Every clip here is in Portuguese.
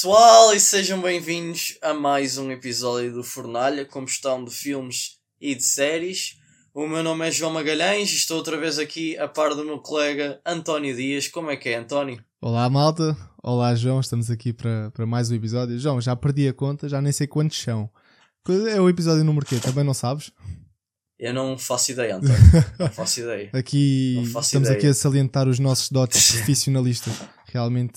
pessoal, e sejam bem-vindos a mais um episódio do Fornalha, com questão de filmes e de séries. O meu nome é João Magalhães e estou outra vez aqui a par do meu colega António Dias. Como é que é, António? Olá, malta. Olá, João. Estamos aqui para mais um episódio. João, já perdi a conta, já nem sei quantos são. É o episódio número quê? Também não sabes? Eu não faço ideia, António. Não faço ideia. Aqui não faço estamos ideia. aqui a salientar os nossos dotes profissionalistas. Realmente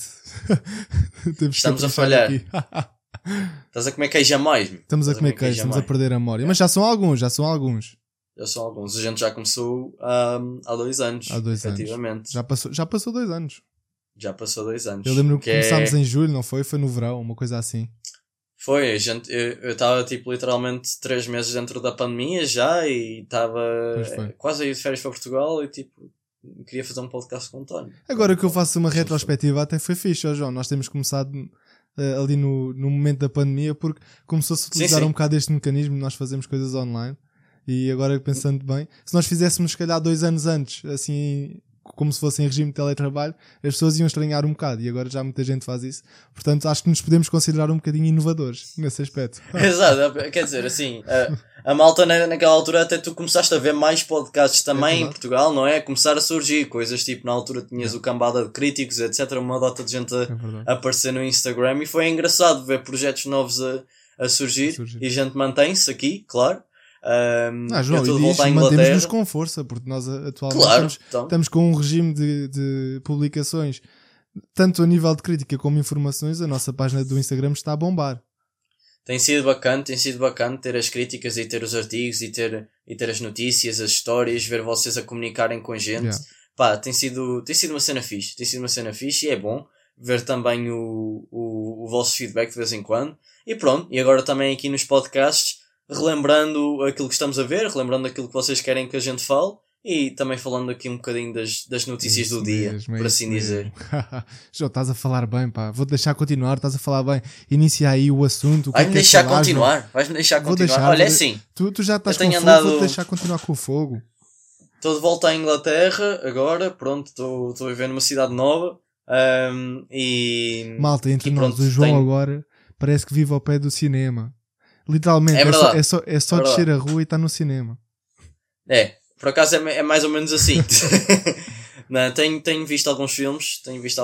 estamos a falhar. Estás a comer queijo a mais, meu. Estamos a comer queijo, estamos a perder a memória. Mas já são alguns. Já são alguns. A gente já começou há 2 anos. Há 2 anos. Efetivamente. Já passou 2 anos. Já passou 2 anos. Eu lembro que começámos em julho, não foi? Foi no verão, uma coisa assim. Foi, eu estava tipo literalmente 3 meses dentro da pandemia já e estava quase a ir de férias para Portugal e tipo queria fazer um podcast com o António. Agora que eu faço uma retrospectiva até foi fixe, João. Nós temos começado ali no momento da pandemia porque começou-se a utilizar um bocado este mecanismo de nós fazemos coisas online e agora pensando bem, se nós fizéssemos se calhar 2 anos antes, assim como se fosse em regime de teletrabalho, as pessoas iam estranhar um bocado e agora já muita gente faz isso. Portanto, acho que nos podemos considerar um bocadinho inovadores nesse aspecto. Exato, quer dizer, assim, a malta naquela altura até tu começaste a ver mais podcasts também em Portugal, não é? Começar a surgir coisas tipo, na altura tinhas o Cambada de Críticos, etc. Uma data de gente a aparecer no Instagram e foi engraçado ver projetos novos a surgir e a gente mantém-se aqui, claro. João, e mantemos-nos com força, porque nós atualmente estamos com um regime de publicações, tanto a nível de crítica como informações. A nossa página do Instagram está a bombar. Tem sido bacana ter as críticas e ter os artigos e ter as notícias, as histórias, ver vocês a comunicarem com a gente. Yeah. Pá, tem sido uma cena fixe, e é bom ver também o vosso feedback de vez em quando. E pronto, e agora também aqui nos podcasts, relembrando aquilo que estamos a ver, relembrando aquilo que vocês querem que a gente fale e também falando aqui um bocadinho das notícias do dia, por assim dizer. João, estás a falar bem, pá. Vou-te deixar continuar, estás a falar bem. Inicia aí o assunto. Vais-me deixar continuar. Olha, é assim. Tu já estás com fogo, vou-te deixar continuar com o fogo. Estou de volta à Inglaterra agora, pronto, estou a viver numa cidade nova. Malta, entre nós, o João agora parece que vive ao pé do cinema. Literalmente, é só descer a rua e está no cinema. Por acaso é mais ou menos assim. Não, tenho visto alguns filmes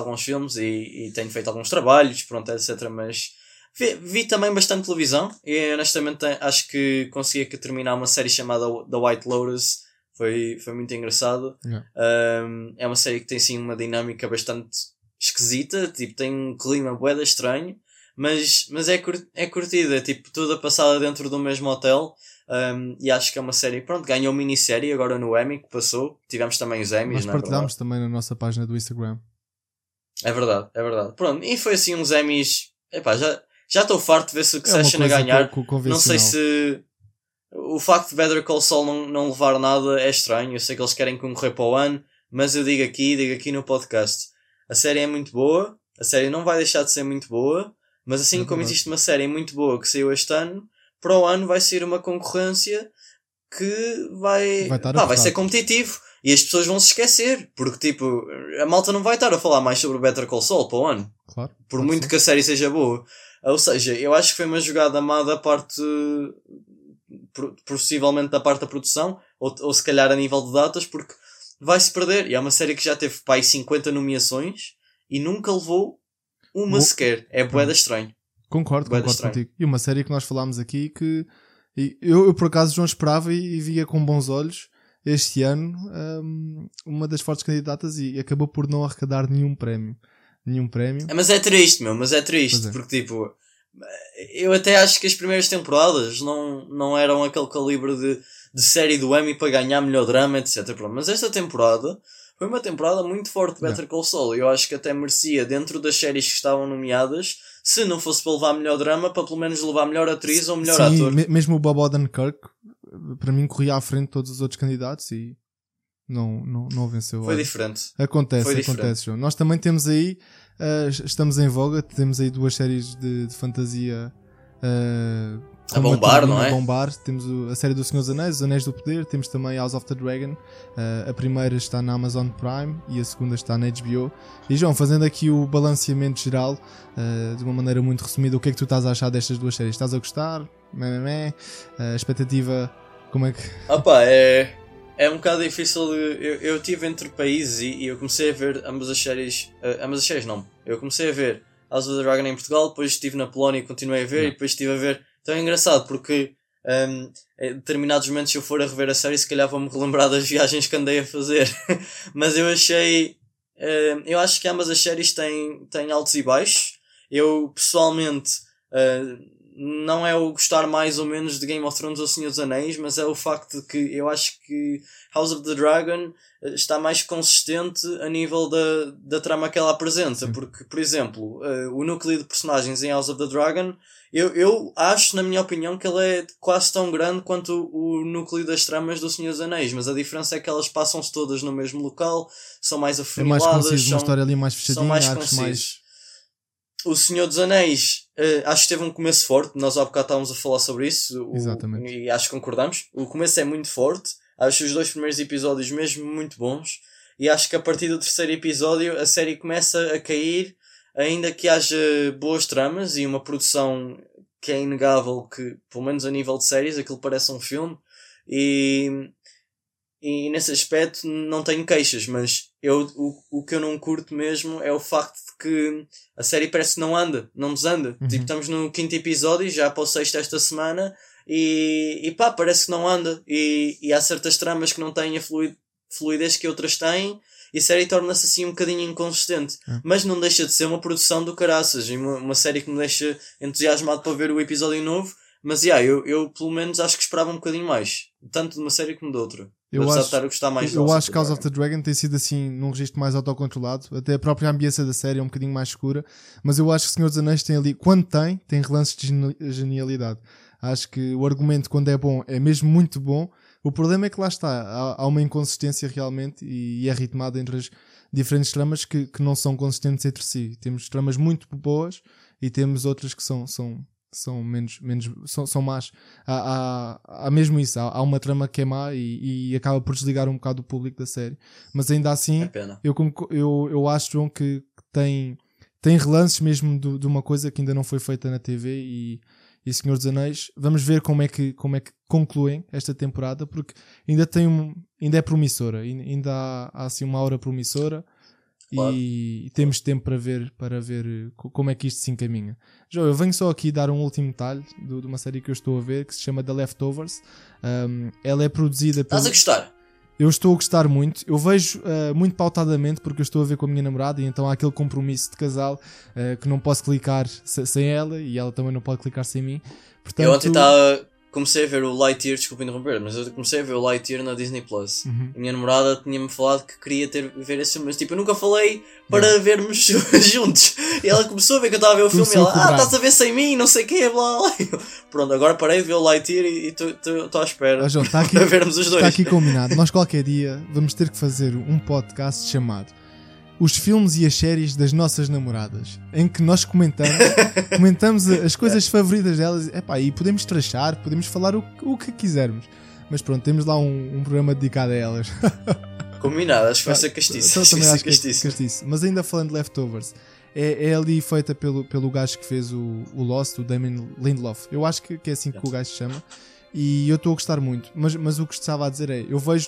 e tenho feito alguns trabalhos, pronto, etc. Mas vi também bastante televisão e honestamente acho que consegui terminar uma série chamada The White Lotus. Foi muito engraçado. Yeah. É uma série que tem sim uma dinâmica bastante esquisita, tipo, tem um clima bué da estranho. Mas é curtida, é tipo toda passada dentro do mesmo hotel, e acho que é uma série, pronto, ganhou minissérie agora no Emmy que passou, tivemos também os Emmys. Nós partilhámos também na nossa página do Instagram. É verdade, pronto, e foi assim uns Emmys, já estou farto de ver Succession a ganhar, não sei se o facto de Better Call Saul não levar nada é estranho, eu sei que eles querem concorrer para o ano, mas eu digo aqui no podcast, a série é muito boa, a série não vai deixar de ser muito boa. Mas assim como existe uma série muito boa que saiu este ano, para o ano vai sair uma concorrência que vai ser competitivo e as pessoas vão se esquecer, porque tipo, a malta não vai estar a falar mais sobre o Better Call Saul para o ano, claro, por muito que a série seja boa. Ou seja, eu acho que foi uma jogada má da parte, possivelmente da parte da produção, ou se calhar a nível de datas, porque vai-se perder, e é uma série que já teve 50 nomeações e nunca levou uma sequer. É bué da estranho. Concordo contigo. E uma série que nós falámos aqui que eu por acaso não esperava e via com bons olhos este ano, uma das fortes candidatas, e acabou por não arrecadar nenhum prémio. Mas é triste, porque tipo, eu até acho que as primeiras temporadas não eram aquele calibre de série do Emmy para ganhar melhor drama, etc. Mas esta temporada foi uma temporada muito forte de Better Call Saul. Eu acho que até merecia, dentro das séries que estavam nomeadas, se não fosse para levar melhor drama, para pelo menos levar melhor atriz ou melhor ator. Mesmo o Bob Odenkirk, para mim, corria à frente de todos os outros candidatos e não venceu. Foi diferente. Acontece, João. Nós também temos aí, estamos em voga, temos aí 2 séries de fantasia a bombar, não é? A bombar. Temos a série do Senhor dos Anéis, Os Anéis do Poder, temos também House of the Dragon. A primeira está na Amazon Prime e a segunda está na HBO. E João, fazendo aqui o balanceamento geral, de uma maneira muito resumida, o que é que tu estás a achar destas duas séries? Estás a gostar? A expectativa, como é que... É um bocado difícil eu estive entre países e eu comecei a ver ambas as séries não, eu comecei a ver House of the Dragon em Portugal, depois estive na Polónia e continuei a ver, e depois estive a ver. Então é engraçado porque em determinados momentos, se eu for a rever a série, se calhar vou-me relembrar das viagens que andei a fazer. Mas eu achei, eu acho que ambas as séries têm altos e baixos. Eu pessoalmente não é o gostar mais ou menos de Game of Thrones ou Senhor dos Anéis, mas é o facto de que eu acho que House of the Dragon está mais consistente a nível da trama que ela apresenta. Porque, por exemplo, o núcleo de personagens em House of the Dragon, eu acho, na minha opinião, que ele é quase tão grande quanto o núcleo das tramas do Senhor dos Anéis, mas a diferença é que elas passam-se todas no mesmo local, são mais afuniladas, mais conciso, uma história ali mais fechadinha, são mais concisas. O Senhor dos Anéis, acho que teve um começo forte. Nós há bocado estávamos a falar sobre isso. Exatamente. E acho que concordamos. O começo é muito forte. Acho os 2 primeiros episódios mesmo muito bons. E acho que a partir do 3º episódio a série começa a cair. Ainda que haja boas tramas e uma produção que é inegável, que pelo menos a nível de séries aquilo parece um filme. E nesse aspecto não tenho queixas, mas o que eu não curto mesmo é o facto de que a série parece que não desanda. Tipo, estamos no 5º episódio, já para o 6º esta semana, e pá, parece que não anda. E há certas tramas que não têm a fluidez que outras têm, e a série torna-se assim um bocadinho inconsistente. Mas não deixa de ser uma produção do caraças, e uma série que me deixa entusiasmado para ver o episódio novo. Mas eu pelo menos acho que esperava um bocadinho mais, tanto de uma série como de outra. Eu acho que House of the Dragon tem sido assim num registro mais autocontrolado. Até a própria ambiência da série é um bocadinho mais escura. Mas eu acho que Senhor dos Anéis tem ali, quando tem relances de genialidade. Acho que o argumento, quando é bom, é mesmo muito bom. O problema é que lá está, há uma inconsistência realmente e é ritmada entre as diferentes tramas que não são consistentes entre si. Temos tramas muito boas e temos outras que são são más. Há mesmo isso, há uma trama que é má e acaba por desligar um bocado o público da série, mas ainda assim eu acho, João, que tem relances mesmo de uma coisa que ainda não foi feita na TV e Senhor dos Anéis. Vamos ver como é que concluem esta temporada, porque ainda é promissora, ainda há assim uma aura promissora. Claro. E temos tempo para ver como é que isto se encaminha. João, eu venho só aqui dar um último detalhe de uma série que eu estou a ver, que se chama The Leftovers. Ela é produzida Estás a gostar? Eu estou a gostar muito. Eu vejo muito pautadamente, porque eu estou a ver com a minha namorada, e então há aquele compromisso de casal que não posso clicar sem ela, e ela também não pode clicar sem mim. Portanto, eu ontem comecei a ver o Lightyear, desculpa interromper, mas eu comecei a ver o Lightyear na Disney Plus. A minha namorada tinha-me falado que queria ver esse filme, mas tipo, eu nunca falei para vermos juntos. E ela começou a ver que eu estava a ver o filme, e ela, estás a ver sem mim, não sei o quê, blá blá. Pronto, agora parei de ver o Lightyear e estou à espera João, para vermos os dois. Está aqui combinado. Nós qualquer dia vamos ter que fazer um podcast chamado Os Filmes e as Séries das Nossas Namoradas, em que nós comentamos as coisas favoritas delas, e podemos trachar, podemos falar o que quisermos, mas pronto, temos lá um programa dedicado a elas. Combinado, acho que vai ser castiço. Também acho que é castiço. Mas ainda falando de Leftovers, é ali feita pelo gajo que fez o Lost, o Damon Lindelof. Eu acho que é assim que o gajo se chama, e eu estou a gostar muito, mas o que estava a dizer é, eu vejo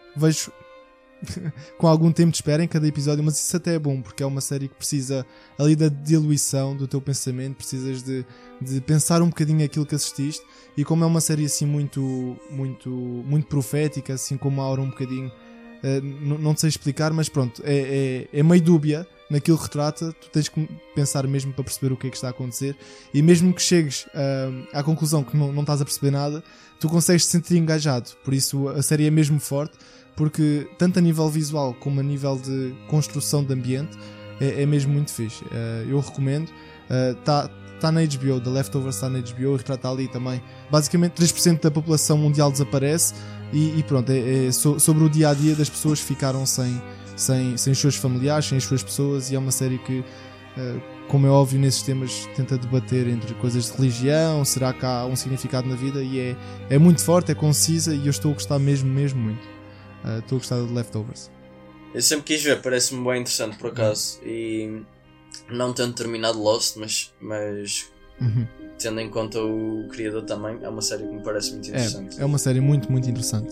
com algum tempo de espera em cada episódio, mas isso até é bom, porque é uma série que precisa ali da diluição do teu pensamento, precisas de pensar um bocadinho aquilo que assististe, e como é uma série assim muito profética, assim com uma aura um bocadinho, não sei explicar, mas pronto, é meio dúbia naquilo que retrata. Tu tens que pensar mesmo para perceber o que é que está a acontecer, e mesmo que chegues à conclusão que não estás a perceber nada, tu consegues te sentir engajado. Por isso a série é mesmo forte, porque tanto a nível visual como a nível de construção de ambiente é mesmo muito fixe. Eu recomendo. Está na HBO, The Leftovers está na HBO, e retrata ali também basicamente 3% da população mundial desaparece, e pronto, é sobre o dia a dia das pessoas que ficaram sem os seus familiares, sem as suas pessoas, e é uma série que como é óbvio nesses temas, tenta debater entre coisas de religião, será que há um significado na vida, e é muito forte, é concisa, e eu estou a gostar mesmo muito. Estou a gostar de Leftovers. Eu sempre quis ver, parece-me bem interessante por acaso, e não tendo terminado Lost, mas tendo em conta o criador também, é uma série que me parece muito interessante. É uma série muito interessante.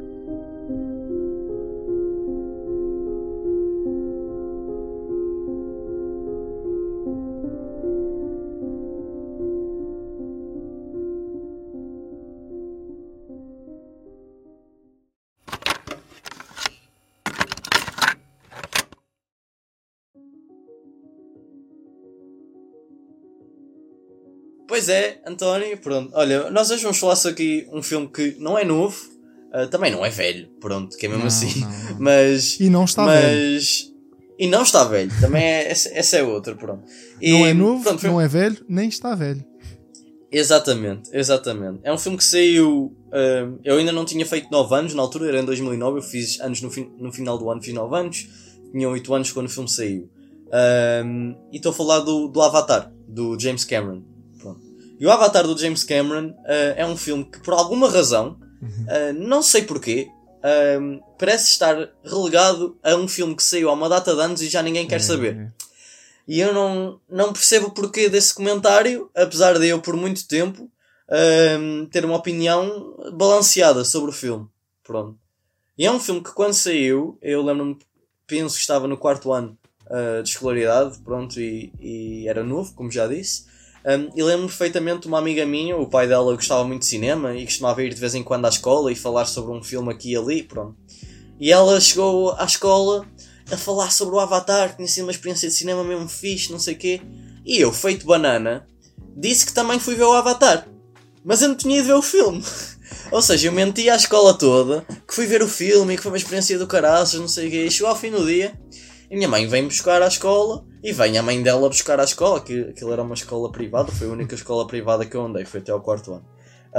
Pois é, António, pronto. Olha, nós hoje vamos falar sobre aqui um filme que não é novo, também não é velho, pronto, que é mesmo não, assim. Não. Mas... E não está velho. E não está velho, também essa é outra, pronto. E, não é novo, pronto, não é velho, nem está velho. Exatamente. É um filme que saiu... eu ainda não tinha feito 9 anos, na altura era em 2009, eu fiz anos no final do ano, fiz 9 anos, tinha 8 anos quando o filme saiu. E estou a falar do Avatar, do James Cameron. E o Avatar do James Cameron é um filme que, por alguma razão, não sei porquê, parece estar relegado a um filme que saiu há uma data de anos e já ninguém quer saber. E eu não percebo o porquê desse comentário, apesar de eu, por muito tempo, ter uma opinião balanceada sobre o filme. Pronto. E é um filme que, quando saiu, eu lembro-me, penso que estava no 4º ano de escolaridade, pronto, e era novo, como já disse. E lembro-me perfeitamente uma amiga minha, o pai dela gostava muito de cinema e costumava ir de vez em quando à escola e falar sobre um filme aqui e ali, pronto. E ela chegou à escola a falar sobre o Avatar, que tinha sido uma experiência de cinema mesmo fixe, não sei o quê. E eu, feito banana, disse que também fui ver o Avatar. Mas eu não tinha ido ver o filme. Ou seja, eu menti à escola toda que fui ver o filme e que foi uma experiência do caraças, não sei o quê. E chegou ao fim do dia e minha mãe vem buscar à escola. E vem a mãe dela buscar à escola, que aquilo era uma escola privada, foi a única escola privada que eu andei, foi até ao 4º ano.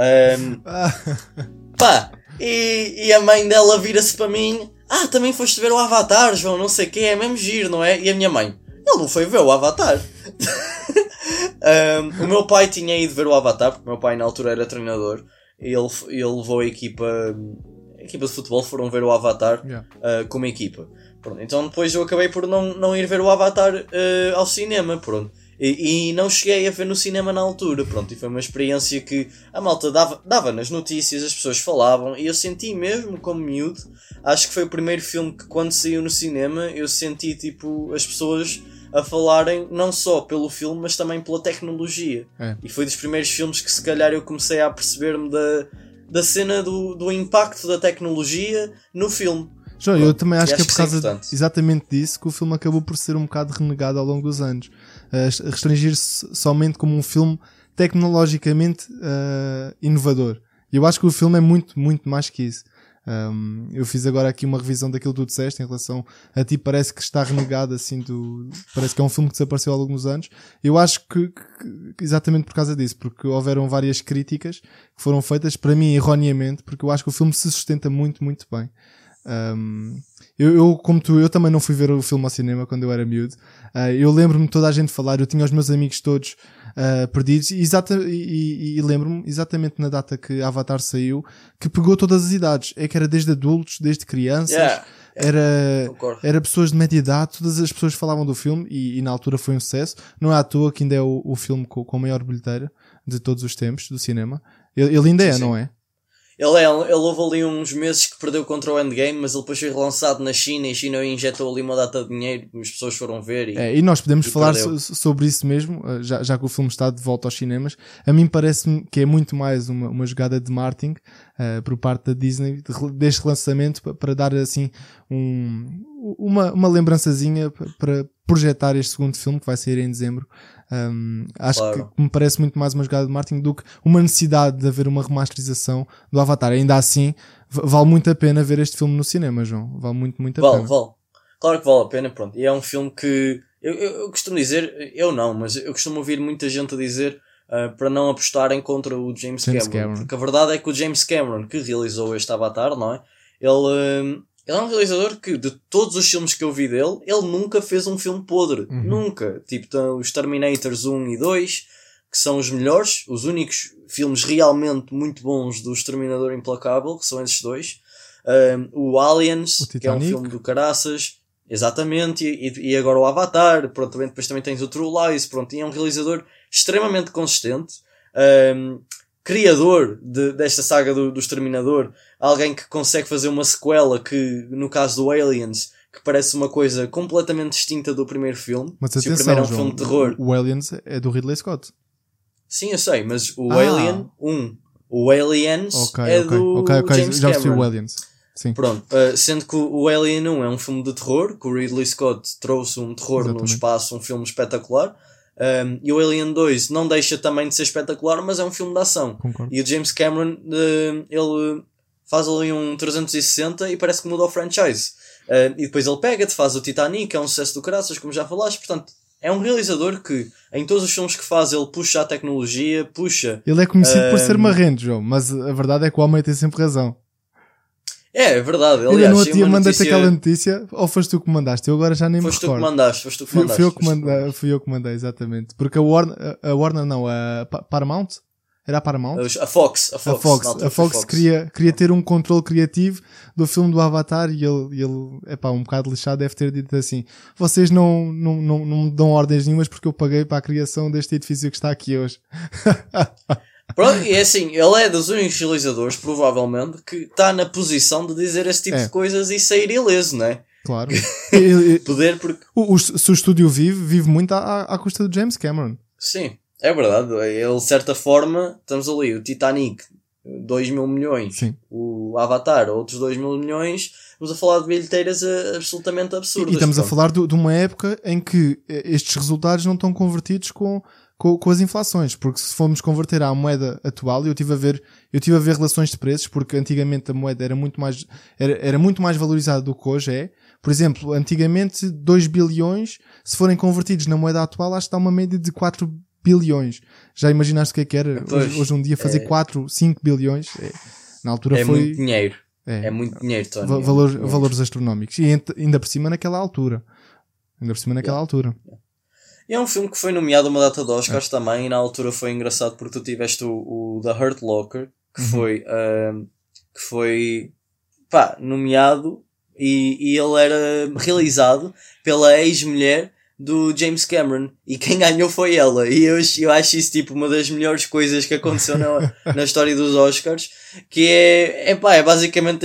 E a mãe dela vira-se para mim, também foste ver o Avatar, João, não sei o quê, é mesmo giro, não é? E a minha mãe, ele não foi ver o Avatar. O meu pai tinha ido ver o Avatar, porque o meu pai na altura era treinador, e ele levou a equipa de futebol, foram ver o Avatar como equipa. Pronto, então depois eu acabei por não ir ver o Avatar ao cinema, pronto. E não cheguei a ver no cinema na altura, pronto. E foi uma experiência que a malta dava nas notícias, as pessoas falavam, e eu senti mesmo como miúdo. Acho que foi o primeiro filme que, quando saiu no cinema, eu senti tipo as pessoas a falarem não só pelo filme, mas também pela tecnologia. E foi dos primeiros filmes que se calhar eu comecei a perceber-me da cena do impacto da tecnologia no filme. João, eu também acho que é por causa exatamente disso que o filme acabou por ser um bocado renegado ao longo dos anos. Restringir-se somente como um filme tecnologicamente inovador. E eu acho que o filme é muito mais que isso. Eu fiz agora aqui uma revisão daquilo que tu disseste em relação a ti, parece que está renegado assim parece que é um filme que desapareceu ao longo dos anos. Eu acho que exatamente por causa disso, porque houveram várias críticas que foram feitas, para mim erroneamente, porque eu acho que o filme se sustenta muito bem. Eu, como tu, eu também não fui ver o filme ao cinema quando eu era miúdo. Eu lembro-me de toda a gente falar, eu tinha os meus amigos todos perdidos e lembro-me exatamente na data que Avatar saiu, que pegou todas as idades. É que era desde adultos, desde crianças, era pessoas de média idade, todas as pessoas falavam do filme e na altura foi um sucesso. Não é à toa que ainda é o filme com a maior bilheteira de todos os tempos do cinema. Ele ainda sim. Não é? Ele houve ali uns meses que perdeu contra o Endgame, mas ele depois foi relançado na China e a China injetou ali uma data de dinheiro, as pessoas foram ver e nós podemos falar sobre isso mesmo, já que o filme está de volta aos cinemas. A mim parece-me que é muito mais uma jogada de marketing por parte da Disney deste relançamento para dar assim uma lembrançazinha para projetar este segundo filme que vai sair em dezembro. Acho que me parece muito mais uma jogada de marketing do que uma necessidade de haver uma remasterização do Avatar. Ainda assim, vale muito a pena ver este filme no cinema, João. Vale muito a pena. Vale. Claro que vale a pena, pronto. E é um filme que eu costumo dizer, eu não, mas eu costumo ouvir muita gente a dizer para não apostarem contra o James Cameron. Porque a verdade é que o James Cameron, que realizou este Avatar, não é? Ele é um realizador que, de todos os filmes que eu vi dele, ele nunca fez um filme podre. Nunca. Tipo, os Terminators 1 e 2, que são os melhores, os únicos filmes realmente muito bons do Exterminador Implacável, que são esses dois. O Aliens, que é um filme do caraças. Exatamente. E agora o Avatar. Pronto, depois também tens o True Lies. Pronto, e é um realizador extremamente consistente. Criador desta saga do Exterminador, alguém que consegue fazer uma sequela que, no caso do Aliens, que parece uma coisa completamente distinta do primeiro filme. Mas se atenção, o primeiro é um filme de terror. O Aliens é do Ridley Scott. Sim, eu sei, mas o Alien 1, o Aliens do James já Cameron. o Aliens. Sim. Pronto, sendo que o Alien 1 é um filme de terror, que o Ridley Scott trouxe um terror no espaço, um filme espetacular. E o Alien 2 não deixa também de ser espetacular, mas é um filme de ação. Concordo. E o James Cameron, ele faz ali um 360 e parece que muda o franchise. E depois ele pega-te, faz o Titanic, é um sucesso do caraças, como já falaste. Portanto, é um realizador que, em todos os filmes que faz, ele puxa a tecnologia, puxa... Ele é conhecido por ser marrento, João, mas a verdade é que o homem tem sempre razão. É verdade. Aliás, eu no outro dia mandei-te aquela notícia, ou foste tu que mandaste? Eu agora já nem me recordo. Foste tu que mandaste. Fui eu que mandei, exatamente. Porque a Warner não, a Paramount? Era a Paramount? A Fox queria ter um controle criativo do filme do Avatar e ele um bocado lixado, deve ter dito assim: vocês não me dão ordens nenhumas porque eu paguei para a criação deste edifício que está aqui hoje. Pronto, e é assim, ele é dos únicos realizadores, provavelmente, que está na posição de dizer esse tipo de coisas e sair ileso, não é? Claro. Poder porque... Se o estúdio vive muito à custa do James Cameron. Sim, é verdade. Ele, de certa forma, estamos ali, o Titanic, 2 mil milhões. Sim. O Avatar, outros 2 mil milhões. Estamos a falar de bilheteiras absolutamente absurdas. E estamos a falar de uma época em que estes resultados não estão convertidos com as inflações, porque se formos converter à moeda atual, eu tive a ver relações de preços, porque antigamente a moeda era muito mais valorizada do que hoje é. Por exemplo, antigamente 2 bilhões, se forem convertidos na moeda atual, acho que dá uma média de 4 bilhões. Já imaginaste o que era hoje um dia fazer 4, 5 bilhões? Na altura foi... muito dinheiro. É muito dinheiro, Tony. Valores astronómicos. E ainda por cima naquela altura. E é um filme que foi nomeado uma data de Oscars também, e na altura foi engraçado porque tu tiveste o The Hurt Locker, que foi nomeado, e ele era realizado pela ex-mulher do James Cameron, e quem ganhou foi ela. E eu acho isso tipo uma das melhores coisas que aconteceu na história dos Oscars, que é basicamente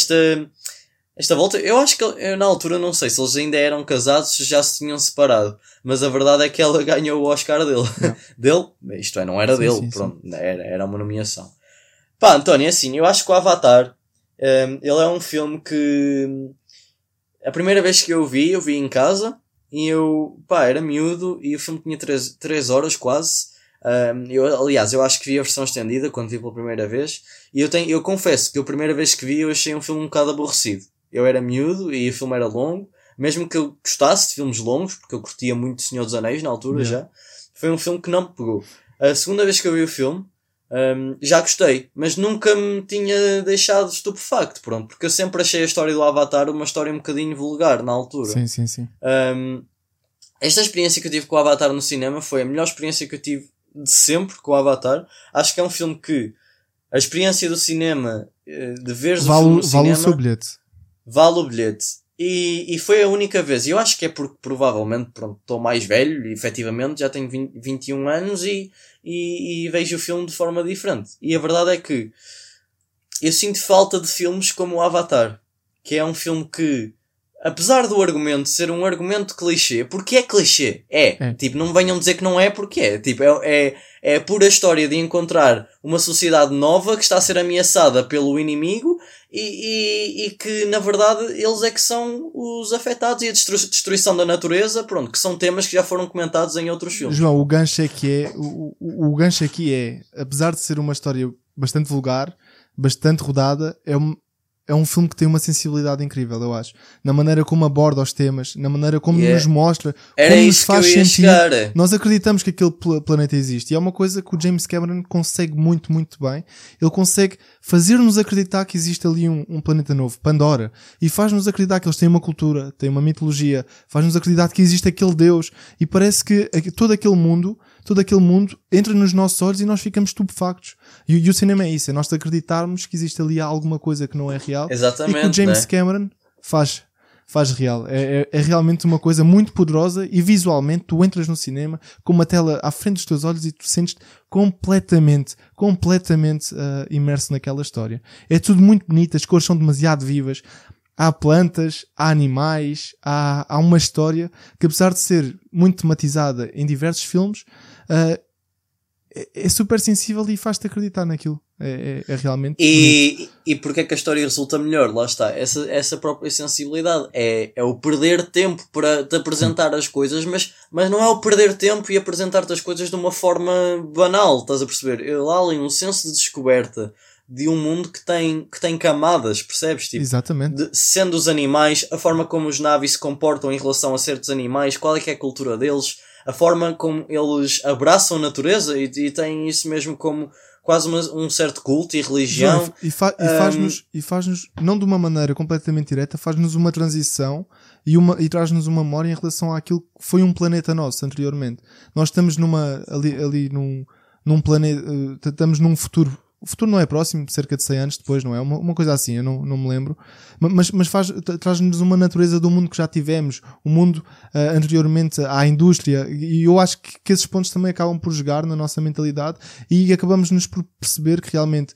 esta volta. Eu acho que eu, na altura não sei se eles ainda eram casados, se já se tinham separado, mas a verdade é que ela ganhou o Oscar dele. Dele? Isto é, não era dele, sim. Pronto, era uma nomeação. António, assim, eu acho que o Avatar, ele é um filme que a primeira vez que eu vi em casa, e eu, era miúdo, e o filme tinha 3 horas quase. Aliás, eu acho que vi a versão estendida quando vi pela primeira vez, e eu confesso que a primeira vez que vi eu achei um filme um bocado aborrecido. Eu era miúdo e o filme era longo, mesmo que eu gostasse de filmes longos, porque eu curtia muito Senhor dos Anéis na altura já, foi um filme que não me pegou. A segunda vez que eu vi o filme, já gostei, mas nunca me tinha deixado estupefacto, pronto, porque eu sempre achei a história do Avatar uma história um bocadinho vulgar na altura. Sim. Esta experiência que eu tive com o Avatar no cinema foi a melhor experiência que eu tive de sempre com o Avatar. Acho que é um filme que a experiência do cinema, de veres o filme no cinema, vale o seu bilhete. Vale o bilhete. E foi a única vez. E eu acho que é porque provavelmente, estou mais velho e efetivamente já tenho 21 anos e vejo o filme de forma diferente. E a verdade é que eu sinto falta de filmes como o Avatar, que é um filme que, apesar do argumento ser um argumento clichê, porque é clichê, tipo, não me venham dizer que não é, porque é, tipo, é a pura história de encontrar uma sociedade nova que está a ser ameaçada pelo inimigo e que, na verdade, eles é que são os afetados, e a destruição da natureza, que são temas que já foram comentados em outros filmes. João, o gancho o gancho aqui é, apesar de ser uma história bastante vulgar, bastante rodada, é um filme que tem uma sensibilidade incrível, eu acho. Na maneira como aborda os temas, na maneira como nos mostra, como nos faz sentir. Nós acreditamos que aquele planeta existe. E é uma coisa que o James Cameron consegue muito, muito bem. Ele consegue fazer-nos acreditar que existe ali um planeta novo, Pandora. E faz-nos acreditar que eles têm uma cultura, têm uma mitologia. Faz-nos acreditar que existe aquele Deus. E parece que todo aquele mundo entra nos nossos olhos e nós ficamos estupefactos. E o cinema é isso, é nós acreditarmos que existe ali alguma coisa que não é real. Exatamente, e que o James Cameron faz real. É realmente uma coisa muito poderosa e visualmente tu entras no cinema com uma tela à frente dos teus olhos e tu sentes completamente imerso naquela história. É tudo muito bonito, as cores são demasiado vivas. Há plantas, há animais, há uma história que, apesar de ser muito tematizada em diversos filmes, é super sensível e faz-te acreditar naquilo. É realmente e porque é que a história resulta melhor? Lá está, essa própria sensibilidade é o perder tempo para te apresentar as coisas, mas não é o perder tempo e apresentar-te as coisas de uma forma banal, estás a perceber? Lá ali um senso de descoberta de um mundo que tem camadas, percebes? Tipo, exatamente. Sendo os animais, a forma como os Na'vi se comportam em relação a certos animais, qual é que é a cultura deles, a forma como eles abraçam a natureza e têm isso mesmo como quase um certo culto e religião. E faz-nos, não de uma maneira completamente direta, faz-nos uma transição e traz-nos uma memória em relação àquilo que foi um planeta nosso anteriormente. Nós estamos ali num planeta, estamos num futuro. O futuro não é próximo, cerca de 100 anos depois, não é? Uma coisa assim, eu não me lembro. Mas traz-nos uma natureza do mundo que já tivemos, o mundo anteriormente à indústria. E eu acho que esses pontos também acabam por jogar na nossa mentalidade e acabamos-nos por perceber que realmente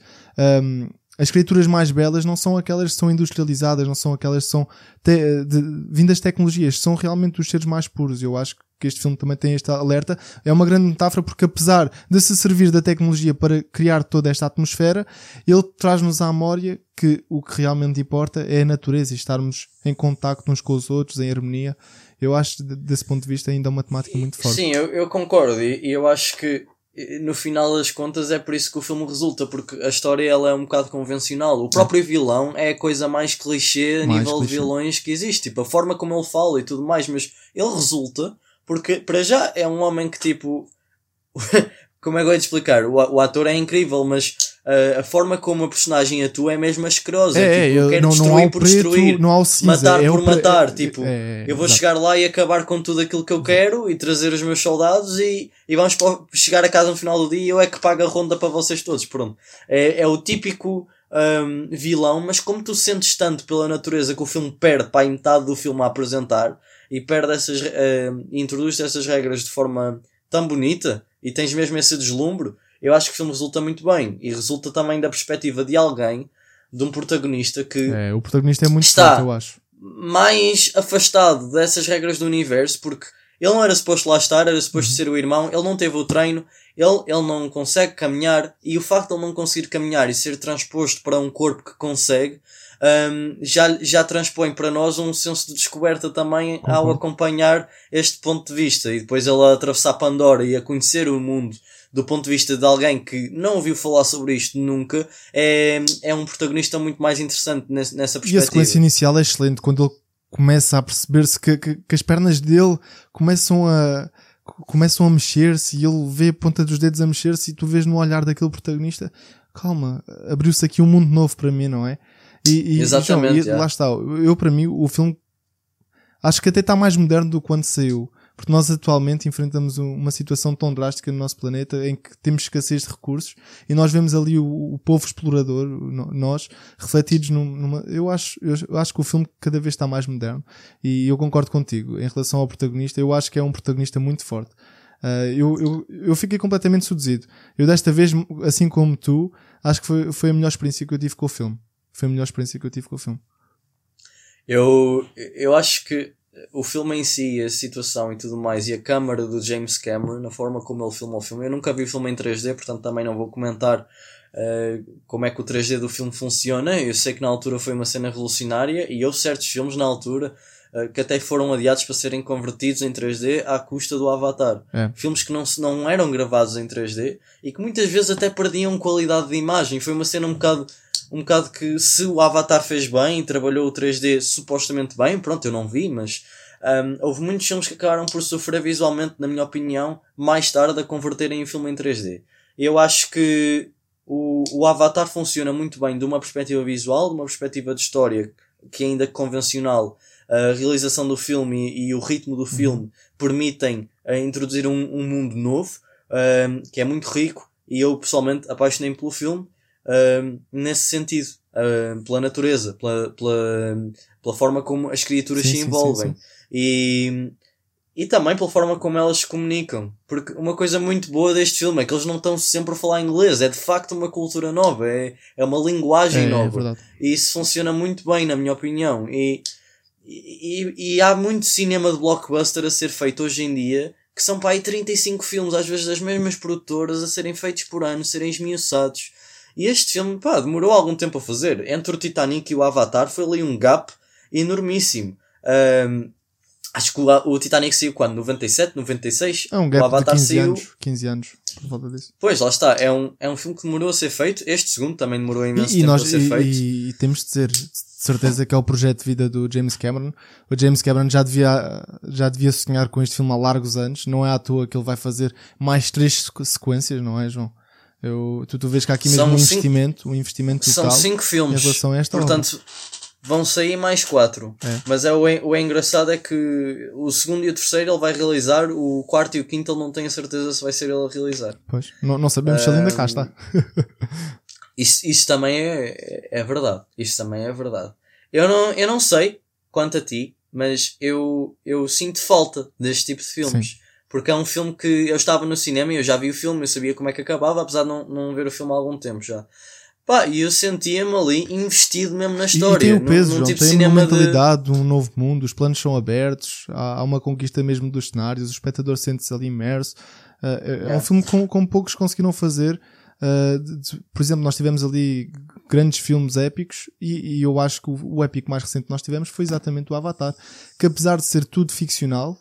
as criaturas mais belas não são aquelas que são industrializadas, não são aquelas que são vindas de tecnologias, são realmente os seres mais puros. Eu acho que este filme também tem este alerta. É uma grande metáfora porque, apesar de se servir da tecnologia para criar toda esta atmosfera, ele traz-nos à memória que o que realmente importa é a natureza e estarmos em contacto uns com os outros, em harmonia. Eu acho, desse ponto de vista, ainda é uma temática muito forte. Sim, eu concordo e eu acho que no final das contas é por isso que o filme resulta, porque a história ela é um bocado convencional. O próprio vilão é a coisa mais clichê a nível de vilões que existe, tipo, a forma como ele fala e tudo mais, mas ele resulta porque para já é um homem que tipo como é que eu ia te explicar? O ator é incrível, mas a forma como a personagem atua é mesmo asquerosa. Tipo, eu quero destruir por destruir, matar por matar. Tipo, eu vou chegar lá e acabar com tudo aquilo que eu quero e trazer os meus soldados e vamos chegar a casa no final do dia e eu é que pago a ronda para vocês todos. Pronto. É o típico vilão, mas como tu sentes tanto pela natureza que o filme perde para a metade do filme a apresentar e perde introduz essas regras de forma tão bonita e tens mesmo esse deslumbre, eu acho que o filme resulta muito bem e resulta também da perspectiva de alguém, de um protagonista que o protagonista é muito forte, eu acho, mais afastado dessas regras do universo, porque ele não era suposto lá estar, era suposto ser o irmão, ele não teve o treino, ele não consegue caminhar, e o facto de ele não conseguir caminhar e ser transposto para um corpo que consegue, já transpõe para nós um senso de descoberta também ao acompanhar este ponto de vista, e depois ele a atravessar Pandora e a conhecer o mundo do ponto de vista de alguém que não ouviu falar sobre isto nunca, é um protagonista muito mais interessante nessa perspectiva. E a sequência inicial é excelente, quando ele começa a perceber-se que as pernas dele começam a mexer-se e ele vê a ponta dos dedos a mexer-se e tu vês no olhar daquele protagonista, calma, abriu-se aqui um mundo novo para mim, não é? Exatamente. Lá está, para mim o filme acho que até está mais moderno do que quando saiu, porque nós atualmente enfrentamos uma situação tão drástica no nosso planeta em que temos escassez de recursos e nós vemos ali o povo explorador, nós refletidos eu acho que o filme cada vez está mais moderno e eu concordo contigo em relação ao protagonista. Eu acho que é um protagonista muito forte. Eu fiquei completamente seduzido. Eu desta vez, assim como tu, acho que foi a melhor experiência que eu tive com o filme. Eu acho que o filme em si, a situação e tudo mais, e a câmara do James Cameron, a forma como ele filma o filme, eu nunca vi o filme em 3D, portanto também não vou comentar como é que o 3D do filme funciona. Eu sei que na altura foi uma cena revolucionária e houve certos filmes na altura que até foram adiados para serem convertidos em 3D à custa do Avatar. Filmes que não eram gravados em 3D e que muitas vezes até perdiam qualidade de imagem. Foi uma cena um bocado um bocado que se o Avatar fez bem e trabalhou o 3D supostamente bem, pronto, eu não vi, mas houve muitos filmes que acabaram por sofrer visualmente, na minha opinião, mais tarde a converterem o filme em 3D. Eu acho que o Avatar funciona muito bem de uma perspectiva visual, de uma perspectiva de história que é ainda convencional. A realização do filme e o ritmo do filme permitem introduzir um mundo novo, que é muito rico, e eu pessoalmente apaixonei-me pelo filme nesse sentido, pela natureza, pela forma como as criaturas se envolvem. E também pela forma como elas se comunicam. Porque uma coisa muito boa deste filme é que eles não estão sempre a falar inglês. É de facto uma cultura nova. É uma linguagem nova. É e isso funciona muito bem, na minha opinião. E há muito cinema de blockbuster a ser feito hoje em dia, que são para aí 35 filmes, às vezes das mesmas produtoras, a serem feitos por ano, serem esmiuçados. E este filme, demorou algum tempo a fazer. Entre o Titanic e o Avatar foi ali um gap enormíssimo. Acho que o Titanic saiu quando? 97, 96? É um gap o Avatar de 15 anos, por volta disso. Pois, lá está. É um filme que demorou a ser feito. Este segundo também demorou imenso tempo a ser feito. E temos de dizer, de certeza, que é o projeto de vida do James Cameron. O James Cameron já devia sonhar com este filme há largos anos. Não é à toa que ele vai fazer mais 3 sequências, não é, João? Tu vês que há aqui mesmo um investimento total. São 5 filmes. Em relação a esta portanto, vão sair mais 4. Mas o engraçado é que o segundo e o terceiro ele vai realizar, o quarto e o quinto ele não tem a certeza se vai ser ele a realizar. Pois, não sabemos se ele ainda cá está. Isso também é verdade. Isso também é verdade. Eu não sei quanto a ti, mas eu sinto falta deste tipo de filmes. Sim. Porque é um filme que eu estava no cinema e eu já vi o filme, eu sabia como é que acabava, apesar de não ver o filme há algum tempo já. E eu sentia-me ali investido mesmo na história. E tem o peso, João, tipo tem uma mentalidade, um novo mundo, os planos são abertos, há uma conquista mesmo dos cenários, o espectador sente-se ali imerso. É um filme como poucos conseguiram fazer. Por exemplo, nós tivemos ali grandes filmes épicos e eu acho que o épico mais recente que nós tivemos foi exatamente o Avatar, que apesar de ser tudo ficcional,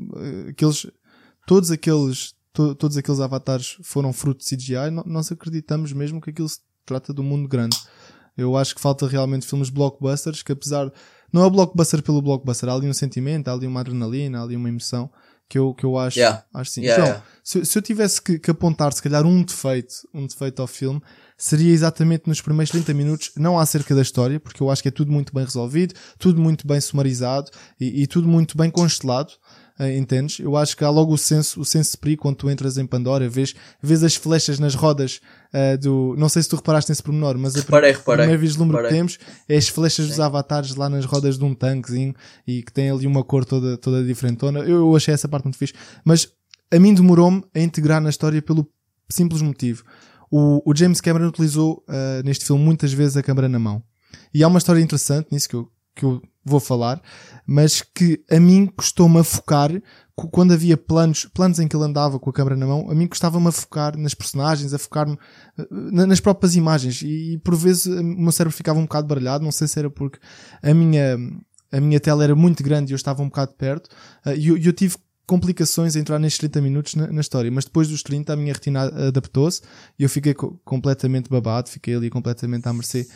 todos aqueles avatares foram fruto de CGI, nós acreditamos mesmo que aquilo se trata de um mundo grande. Eu acho que falta realmente filmes blockbusters, que apesar, não é o blockbuster pelo blockbuster, há ali um sentimento, há ali uma adrenalina, há ali uma emoção, que eu acho, acho sim. Então, se eu tivesse que apontar se calhar um defeito ao filme, seria exatamente nos primeiros 30 minutos, não acerca da história, porque eu acho que é tudo muito bem resolvido, tudo muito bem sumarizado e tudo muito bem constelado. Entendes? Eu acho que há logo o senso de perigo quando tu entras em Pandora, vês as flechas nas rodas não sei se tu reparaste nesse pormenor, mas reparei. primeiro vislumbre que temos é as flechas dos avatares lá nas rodas de um tanquezinho e que tem ali uma cor toda diferentona. Eu achei essa parte muito fixe, mas a mim demorou-me a integrar na história pelo simples motivo. O James Cameron utilizou neste filme muitas vezes a câmera na mão, e há uma história interessante nisso que eu vou falar, mas que a mim custou-me a focar quando havia planos em que ele andava com a câmera na mão. A mim custava-me a focar nas personagens, a focar-me nas próprias imagens, e por vezes o meu cérebro ficava um bocado baralhado. Não sei se era porque a minha tela era muito grande e eu estava um bocado perto, e eu tive complicações a entrar nestes 30 minutos na história, mas depois dos 30 a minha retina adaptou-se e eu fiquei completamente babado, fiquei ali completamente à mercê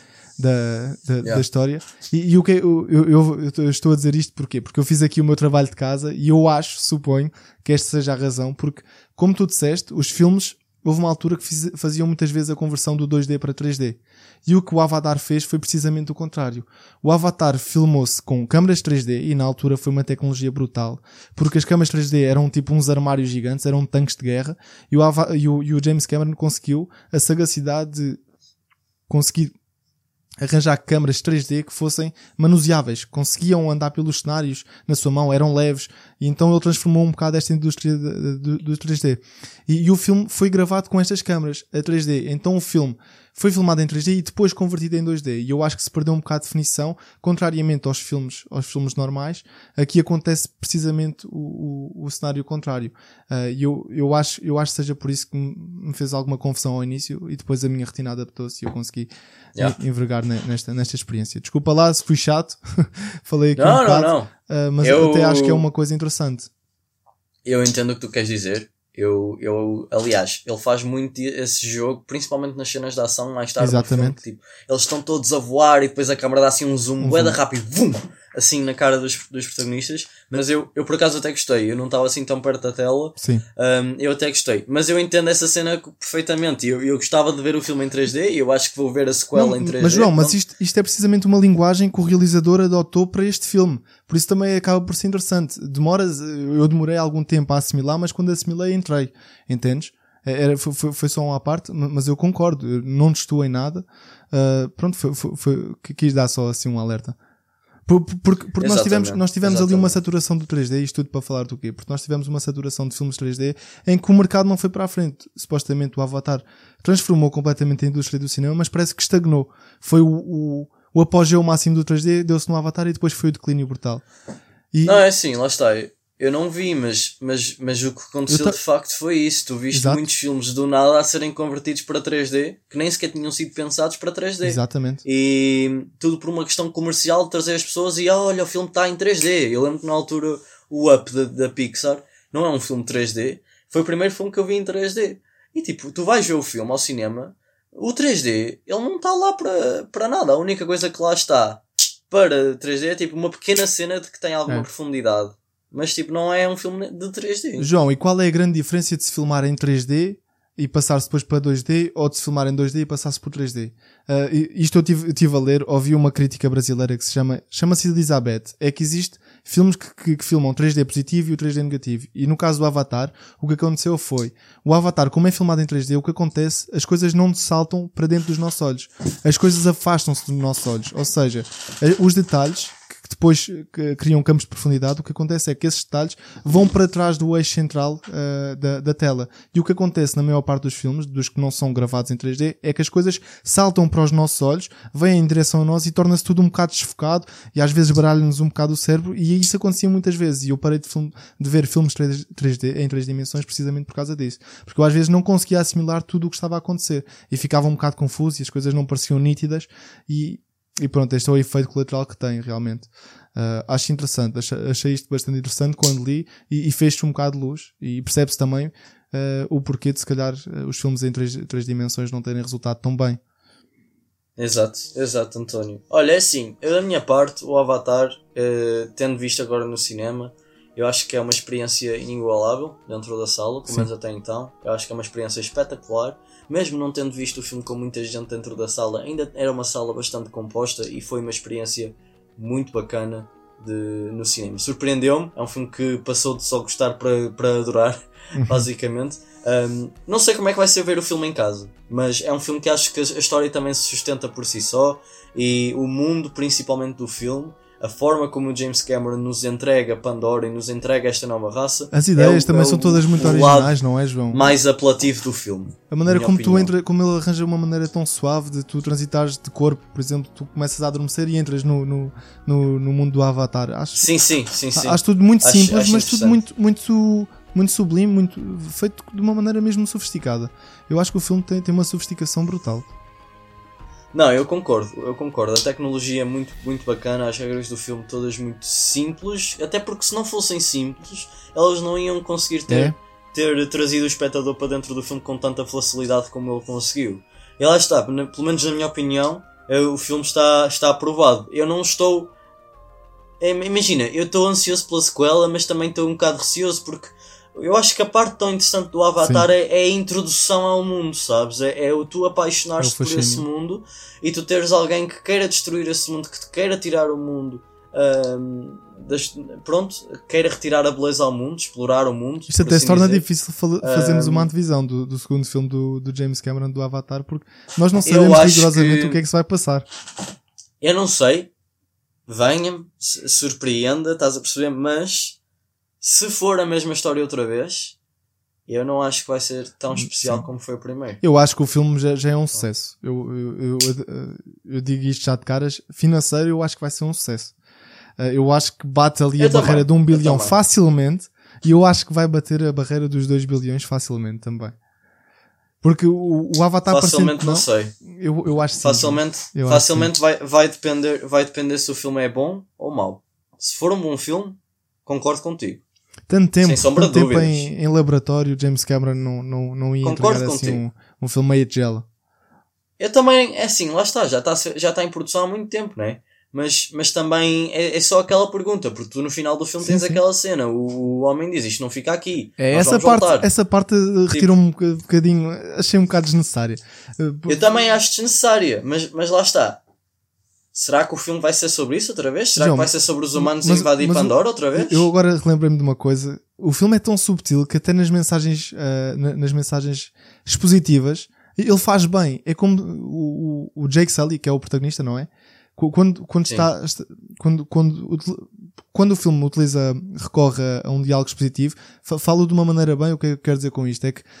da história. E o que eu estou a dizer isto porquê? Porque eu fiz aqui o meu trabalho de casa e eu suponho que esta seja a razão, porque, como tu disseste, os filmes, houve uma altura que faziam muitas vezes a conversão do 2D para 3D. E o que o Avatar fez foi precisamente o contrário. O Avatar filmou-se com câmaras 3D e na altura foi uma tecnologia brutal, porque as câmaras 3D eram tipo uns armários gigantes, eram tanques de guerra, e o James Cameron conseguiu a sagacidade de conseguir arranjar câmaras 3D que fossem manuseáveis, conseguiam andar pelos cenários na sua mão, eram leves, e então ele transformou um bocado esta indústria do 3D. E o filme foi gravado com estas câmaras a 3D, então o filme foi filmado em 3D e depois convertido em 2D, e eu acho que se perdeu um bocado de definição, contrariamente aos filmes normais. Aqui acontece precisamente o cenário contrário. Eu acho que seja por isso que me fez alguma confusão ao início, e depois a minha retina adaptou-se e eu consegui envergar nesta experiência. Desculpa lá se fui chato, falei aqui um bocado, mas eu até acho que é uma coisa interessante. Eu entendo o que tu queres dizer. Aliás, ele faz muito esse jogo, principalmente nas cenas de ação, mais tarde. Exatamente. Filme, tipo, eles estão todos a voar e depois a câmera dá assim um zoom bué rápido, vum, assim na cara dos protagonistas. Mas eu por acaso até gostei, eu não estava assim tão perto da tela. Sim. Eu até gostei, mas eu entendo essa cena perfeitamente. Eu gostava de ver o filme em 3D e eu acho que vou ver a sequela em 3D. Mas João, mas isto é precisamente uma linguagem que o realizador adotou para este filme. Por isso também acaba por ser interessante. Eu demorei algum tempo a assimilar, mas quando assimilei entrei. Entendes? Foi só uma parte, mas eu concordo. Eu não estou em nada. Pronto, quis dar só assim um alerta. Porque nós tivemos ali uma saturação do 3D, isto tudo para falar do quê? Porque nós tivemos uma saturação de filmes 3D em que o mercado não foi para a frente. Supostamente o Avatar transformou completamente a indústria do cinema, mas parece que estagnou. Foi o apogeu máximo do 3D, deu-se no Avatar e depois foi o declínio brutal. Não, é assim, lá está. Eu não vi, mas o que aconteceu de facto foi isso. Tu viste muitos filmes do nada a serem convertidos para 3D, que nem sequer tinham sido pensados para 3D. Exatamente. E tudo por uma questão comercial de trazer as pessoas e olha, o filme está em 3D. Eu lembro que na altura o Up da Pixar não é um filme 3D. Foi o primeiro filme que eu vi em 3D. E tipo, tu vais ver o filme ao cinema, o 3D, ele não está lá para nada. A única coisa que lá está para 3D é tipo uma pequena cena de que tem alguma profundidade. Mas tipo, não é um filme de 3D. João, e qual é a grande diferença de se filmar em 3D e passar-se depois para 2D ou de se filmar em 2D e passar-se por 3D? Isto eu tive a ler, ouvi uma crítica brasileira que chama-se Elizabeth. É que existe filmes que filmam 3D positivo e o 3D negativo. E no caso do Avatar, o que aconteceu foi, o Avatar, como é filmado em 3D, o que acontece, as coisas não saltam para dentro dos nossos olhos. As coisas afastam-se dos nossos olhos. Ou seja, os detalhes que depois criam campos de profundidade, o que acontece é que esses detalhes vão para trás do eixo central da tela. E o que acontece na maior parte dos filmes, dos que não são gravados em 3D, é que as coisas saltam para os nossos olhos, vêm em direção a nós e torna-se tudo um bocado desfocado e às vezes baralha-nos um bocado o cérebro, e isso acontecia muitas vezes. E eu parei de ver filmes 3D em 3 dimensões precisamente por causa disso. Porque eu às vezes não conseguia assimilar tudo o que estava a acontecer e ficava um bocado confuso e as coisas não pareciam nítidas e pronto, este é o efeito colateral que tem realmente. Acho interessante, achei isto bastante interessante quando li e fez-se um bocado de luz e percebe-se também o porquê de se calhar os filmes em 3 dimensões não terem resultado tão bem. Exato, António. Olha, é assim, eu da minha parte, o Avatar, tendo visto agora no cinema, eu acho que é uma experiência inigualável dentro da sala, pelo menos até então. Eu acho que é uma experiência espetacular. Mesmo não tendo visto o filme com muita gente dentro da sala, ainda era uma sala bastante composta e foi uma experiência muito bacana no cinema. Surpreendeu-me, é um filme que passou de só gostar para adorar, basicamente. Não sei como é que vai ser ver o filme em casa, mas é um filme que acho que a história também se sustenta por si só e o mundo principalmente do filme, a forma como o James Cameron nos entrega Pandora e nos entrega esta nova raça. As ideias também são todas muito originais, não é, João? Mais apelativo do filme. A maneira como como ele arranja uma maneira tão suave de tu transitares de corpo, por exemplo, tu começas a adormecer e entras no mundo do Avatar. Sim. Acho tudo muito simples, mas tudo muito sublime, feito de uma maneira mesmo sofisticada. Eu acho que o filme tem uma sofisticação brutal. Não, eu concordo. A tecnologia é muito, muito bacana, as regras do filme todas muito simples, até porque se não fossem simples, elas não iam conseguir ter trazido o espectador para dentro do filme com tanta facilidade como ele conseguiu. E lá está, pelo menos na minha opinião, o filme está aprovado. Eu não estou... Imagina, eu estou ansioso pela sequela, mas também estou um bocado receoso porque eu acho que a parte tão interessante do Avatar é a introdução ao mundo, sabes? É o tu apaixonares-te por esse mundo e tu teres alguém que queira destruir esse mundo, que te queira tirar o mundo, queira retirar a beleza ao mundo, explorar o mundo. Isto até se torna difícil fazermos uma antevisão do segundo filme do James Cameron, do Avatar, porque nós não sabemos rigorosamente o que é que se vai passar. Eu não sei, venha-me, surpreenda, estás a perceber, mas se for a mesma história outra vez, eu não acho que vai ser tão especial como foi o primeiro. Eu acho que o filme já é um sucesso. Eu digo isto já de caras. Financeiro, eu acho que vai ser um sucesso. Eu acho que bate ali a barreira de 1 bilhão facilmente. E eu acho que vai bater a barreira dos 2 bilhões facilmente também. Porque o Avatar facilmente não sei. Eu acho que facilmente vai depender se o filme é bom ou mau. Se for um bom filme, concordo contigo. tanto tempo, sem sombra tanto de tempo dúvidas. em laboratório, James Cameron não ia Concordo entregar assim um filme meio de gela. Eu também, é assim, lá está, já está em produção há muito tempo, não é? Mas também é só aquela pergunta, porque tu no final do filme tens aquela cena, o homem diz, isto não fica aqui, essa parte retirou-me um bocadinho, achei um bocado desnecessária. Eu também acho desnecessária, mas lá está. Será que o filme vai ser sobre isso outra vez? Será que vai ser sobre os humanos invadir Pandora outra vez? Eu agora relembrei-me de uma coisa, o filme é tão subtil que até nas mensagens expositivas ele faz bem. É como o Jake Sully, que é o protagonista, não é? Quando o filme recorre a um diálogo expositivo, falo de uma maneira bem. O que eu quero dizer com isto é que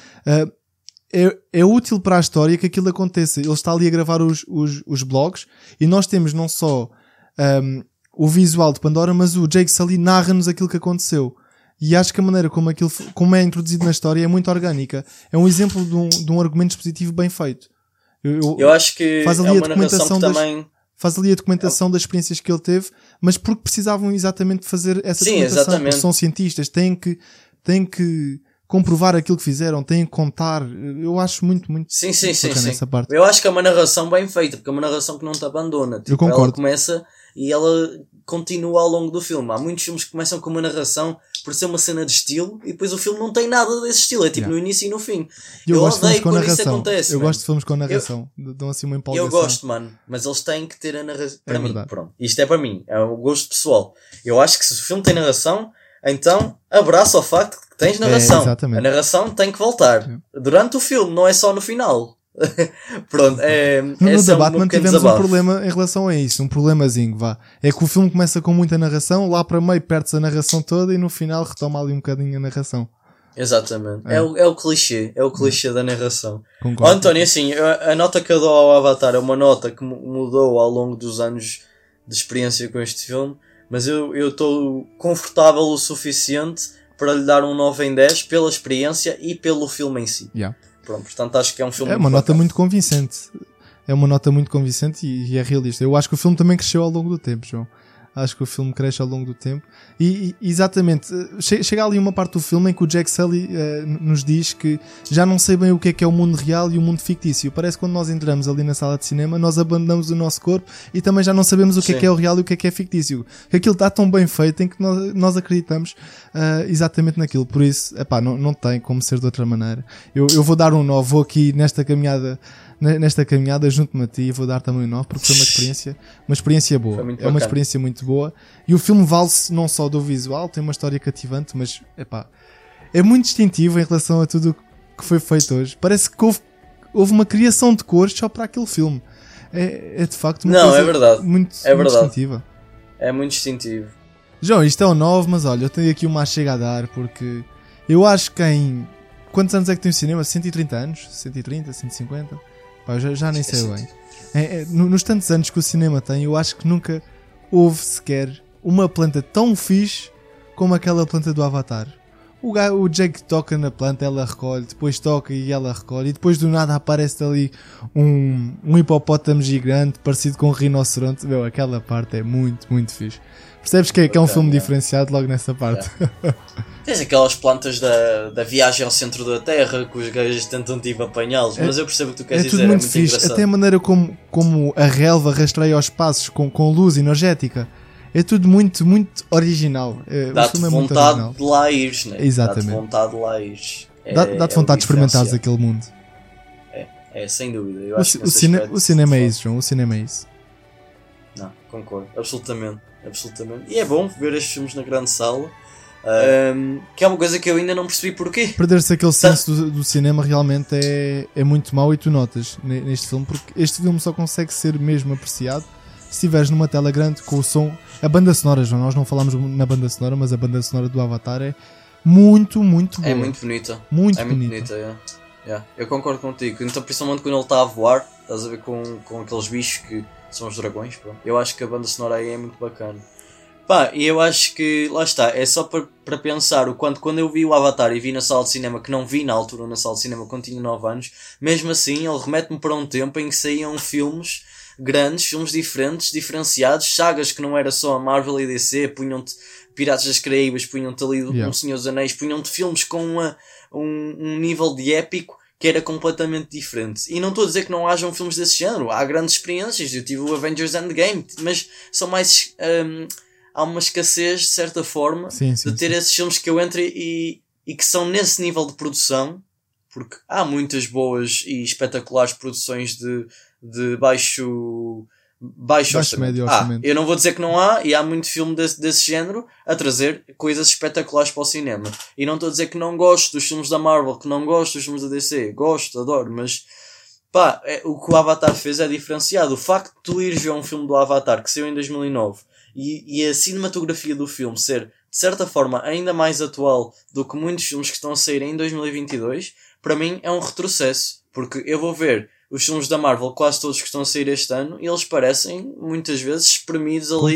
é útil para a história que aquilo aconteça. Ele está ali a gravar os blogs e nós temos não só o visual de Pandora, mas o Jake Sully narra-nos aquilo que aconteceu. E acho que a maneira como é introduzido na história é muito orgânica. É um exemplo de um argumento expositivo bem feito. Eu acho que faz ali é uma narração que também... Faz ali a documentação das experiências que ele teve, mas porque precisavam exatamente fazer essa documentação. Porque são cientistas, têm que comprovar aquilo que fizeram, têm que contar. Eu acho muito sim. essa parte. Eu acho que é uma narração bem feita, porque é uma narração que não te abandona. Tipo, eu concordo. Ela começa e ela continua ao longo do filme. Há muitos filmes que começam com uma narração por ser uma cena de estilo e depois o filme não tem nada desse estilo. É tipo no início e no fim. Eu odeio quando isso acontece. Eu gosto de filmes com narração. Dão assim uma empolgação. Eu gosto, mano. Mas eles têm que ter a narração. Para mim, pronto. Isto é para mim. É um gosto pessoal. Eu acho que se o filme tem narração, então abraça o facto que tens narração. A narração tem que voltar. Durante o filme, não é só no final. Pronto, no The Batman tivemos um problema em relação a isso, um problemazinho, vá. É que o filme começa com muita narração, lá para meio perde-se a narração toda e no final retoma ali um bocadinho a narração. Exatamente, é o clichê da narração. Concordo. António, assim, a nota que eu dou ao Avatar é uma nota que mudou ao longo dos anos de experiência com este filme, mas eu estou confortável o suficiente para lhe dar um 9 em 10 pela experiência e pelo filme em si. Pronto, portanto acho que é um filme uma nota muito convincente. É uma nota muito convincente e é realista. Eu acho que o filme também cresceu ao longo do tempo, João. Acho que o filme cresce ao longo do tempo. E exatamente, chega ali uma parte do filme em que o Jack Sully nos diz que já não sei bem o que é o mundo real e o mundo fictício. Parece que quando nós entramos ali na sala de cinema, nós abandonamos o nosso corpo e também já não sabemos o que é o real e o que é fictício. Aquilo está tão bem feito em que nós acreditamos exatamente naquilo. Por isso, não tem como ser de outra maneira. Eu vou dar um 9, vou aqui nesta caminhada junto-me a ti e vou dar também um 9 porque foi uma experiência boa. É uma experiência muito boa e o filme vale-se não só do visual, tem uma história cativante, mas é muito distintivo em relação a tudo que foi feito hoje. Parece que houve uma criação de cores só para aquele filme. É de facto uma coisa muito distintiva. É muito distintivo. João, isto é um 9, mas olha, eu tenho aqui uma chega a dar porque eu acho que em... Quantos anos é que tem o cinema? 130 anos? 130, 150? Eu já nem sei bem. Nos tantos anos que o cinema tem, eu acho que nunca houve sequer uma planta tão fixe como aquela planta do Avatar. O Jake toca na planta, ela recolhe, depois toca e ela recolhe, e depois do nada aparece ali um hipopótamo gigante parecido com um rinoceronte. Meu, aquela parte é muito, muito fixe. Percebes que é um filme diferenciado logo nessa parte. Tens aquelas plantas da viagem ao centro da Terra que os gajos tentam tipo apanhá-los, mas eu percebo o que tu queres dizer. Tudo muito fixe. Engraçado. Até a maneira como a relva rastreia os passos com luz energética. É tudo muito, muito original. Dá-te vontade de lá ires, né? Exatamente. Dá-te vontade de lá ires. Dá-te vontade de experimentares aquele mundo. Sem dúvida. Eu acho que o cinema é isso, João. O cinema é isso. Não, concordo. Absolutamente. E é bom ver estes filmes na grande sala. Que é uma coisa que eu ainda não percebi porquê. Perder-se aquele senso do cinema realmente é muito mau e tu notas neste filme, porque este filme só consegue ser mesmo apreciado se estiveres numa tela grande com o som. A banda sonora, João, nós não falamos na banda sonora, mas a banda sonora do Avatar é muito, muito boa. É muito bonita. Muito bonita. Eu concordo contigo. Então, principalmente quando ele está a voar, estás a ver com aqueles bichos que são os dragões. Pronto. Eu acho que a banda sonora aí é muito bacana. E eu acho que, lá está, é só para pensar o quanto, quando eu vi o Avatar e vi na sala de cinema, que não vi na altura na sala de cinema quando tinha 9 anos, mesmo assim ele remete-me para um tempo em que saíam filmes grandes, filmes diferentes, diferenciados, sagas que não era só a Marvel e DC, punham-te Piratas das Caraíbas, punham-te ali um Senhor dos Anéis, punham-te filmes com um nível de épico que era completamente diferente. E não estou a dizer que não hajam filmes desse género, há grandes experiências, eu tive o Avengers Endgame, mas são mais... há uma escassez, de certa forma, de ter esses filmes que eu entro e que são nesse nível de produção, porque há muitas boas e espetaculares produções de baixo orçamento. Eu não vou dizer que não há, e há muito filme desse género a trazer coisas espetaculares para o cinema. E não estou a dizer que não gosto dos filmes da Marvel, que não gosto dos filmes da DC. Gosto, adoro, mas o que o Avatar fez é diferenciado. O facto de tu ires ver um filme do Avatar que saiu em 2009 e a cinematografia do filme ser, de certa forma, ainda mais atual do que muitos filmes que estão a sair em 2022, para mim é um retrocesso. Porque eu vou ver os filmes da Marvel, quase todos que estão a sair este ano, e eles parecem, muitas vezes, espremidos ali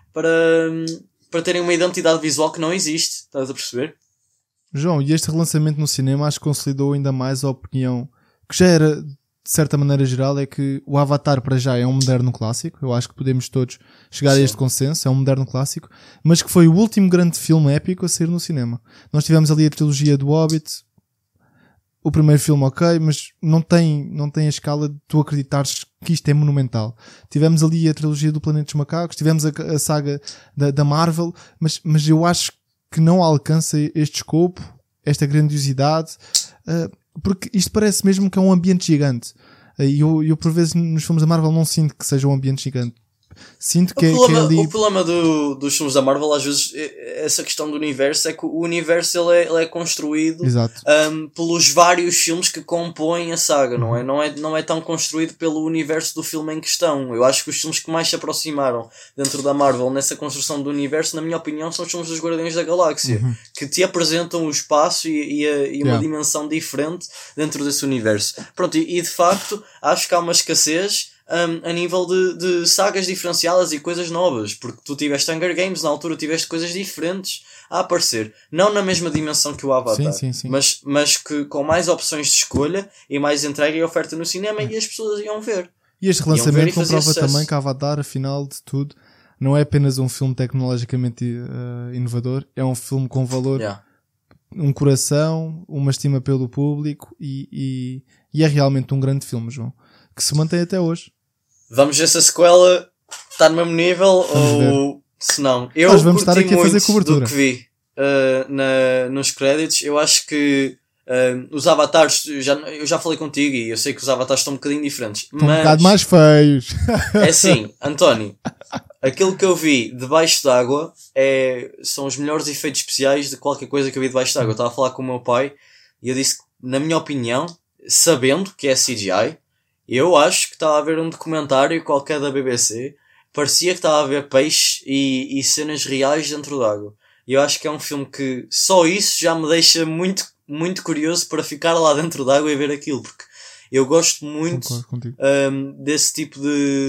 para terem uma identidade visual que não existe. Estás a perceber? João, e este relançamento no cinema acho que consolidou ainda mais a opinião que já era, de certa maneira geral, é que o Avatar para já é um moderno clássico. Eu acho que podemos todos chegar a este consenso, é um moderno clássico, mas que foi o último grande filme épico a sair no cinema. Nós tivemos ali a trilogia do Hobbit. O primeiro filme, ok, mas não tem a escala de tu acreditares que isto é monumental. Tivemos ali a trilogia do Planeta dos Macacos, tivemos a saga da Marvel, mas eu acho que não alcança este escopo, esta grandiosidade, porque isto parece mesmo que é um ambiente gigante. E eu por vezes nos filmes da Marvel não sinto que seja um ambiente gigante. Sinto que o problema dos filmes da Marvel, às vezes, essa questão do universo, é que o universo ele é construído pelos vários filmes que compõem a saga, não é? Não é tão construído pelo universo do filme em questão. Eu acho que os filmes que mais se aproximaram dentro da Marvel nessa construção do universo, na minha opinião, são os filmes dos Guardiões da Galáxia, que te apresentam o espaço e uma dimensão diferente dentro desse universo. Pronto, e de facto, acho que há uma escassez a nível de sagas diferenciadas e coisas novas, porque tu tiveste Hunger Games, na altura tiveste coisas diferentes a aparecer, não na mesma dimensão que o Avatar, sim. mas que com mais opções de escolha e mais entrega e oferta no cinema, e as pessoas iam ver. E este relançamento comprova também que Avatar, afinal de tudo, não é apenas um filme tecnologicamente inovador, é um filme com valor, um coração, uma estima pelo público e é realmente um grande filme, João, que se mantém até hoje. Vamos ver se a sequela está no mesmo nível ou se não. Eu Nós vamos estar aqui a fazer cobertura do que vi nos créditos. Eu acho que os avatares, eu já falei contigo e eu sei que os avatares estão um bocadinho diferentes. Estão um bocado mais feios. É assim, António, aquilo que eu vi debaixo d'água são os melhores efeitos especiais de qualquer coisa que eu vi debaixo d'água. Eu estava a falar com o meu pai e eu disse que, na minha opinião, sabendo que é CGI, eu acho que estava a ver um documentário qualquer da BBC, parecia que estava a ver peixes e cenas reais dentro d'água. E eu acho que é um filme que só isso já me deixa muito, muito curioso para ficar lá dentro d'água e ver aquilo, porque eu gosto muito desse tipo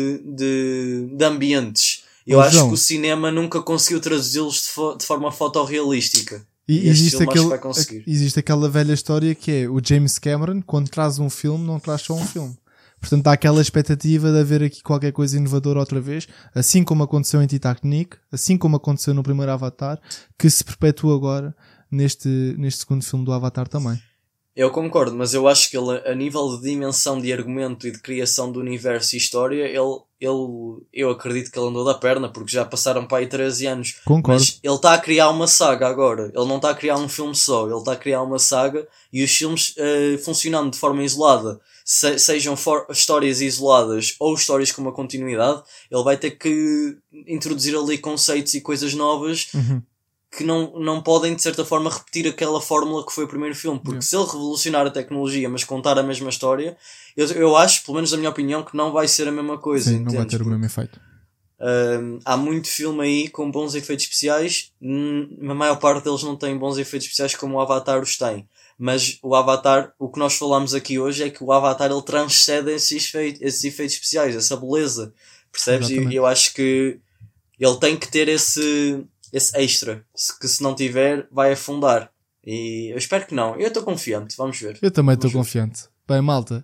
de ambientes. Eu acho que o cinema nunca conseguiu traduzi-los de forma fotorrealística. E existe aquela velha história que é o James Cameron, quando traz um filme, não traz só um filme. Portanto, há aquela expectativa de haver aqui qualquer coisa inovadora outra vez, assim como aconteceu em Titanic, assim como aconteceu no primeiro Avatar, que se perpetua agora neste segundo filme do Avatar também. Eu concordo, mas eu acho que ele, a nível de dimensão de argumento e de criação do universo e história, eu acredito que ele andou da perna, porque já passaram para aí 13 anos. Concordo. Mas ele está a criar uma saga agora. Ele não está a criar um filme só, ele está a criar uma saga, e os filmes funcionando de forma isolada, sejam histórias isoladas ou histórias com uma continuidade, ele vai ter que introduzir ali conceitos e coisas novas que não podem, de certa forma, repetir aquela fórmula que foi o primeiro filme. Porque se ele revolucionar a tecnologia, mas contar a mesma história, eu acho, pelo menos na minha opinião, que não vai ser a mesma coisa. Sim, não vai ter o mesmo efeito. Há muito filme aí com bons efeitos especiais. A maior parte deles não tem bons efeitos especiais como o Avatar os tem. Mas o Avatar, o que nós falamos aqui hoje é que o Avatar ele transcende esses efeitos especiais, essa beleza. Percebes? E eu acho que ele tem que ter esse extra, que se não tiver vai afundar, e eu espero que não. Eu estou confiante, vamos ver. Eu também estou confiante. Bem, malta,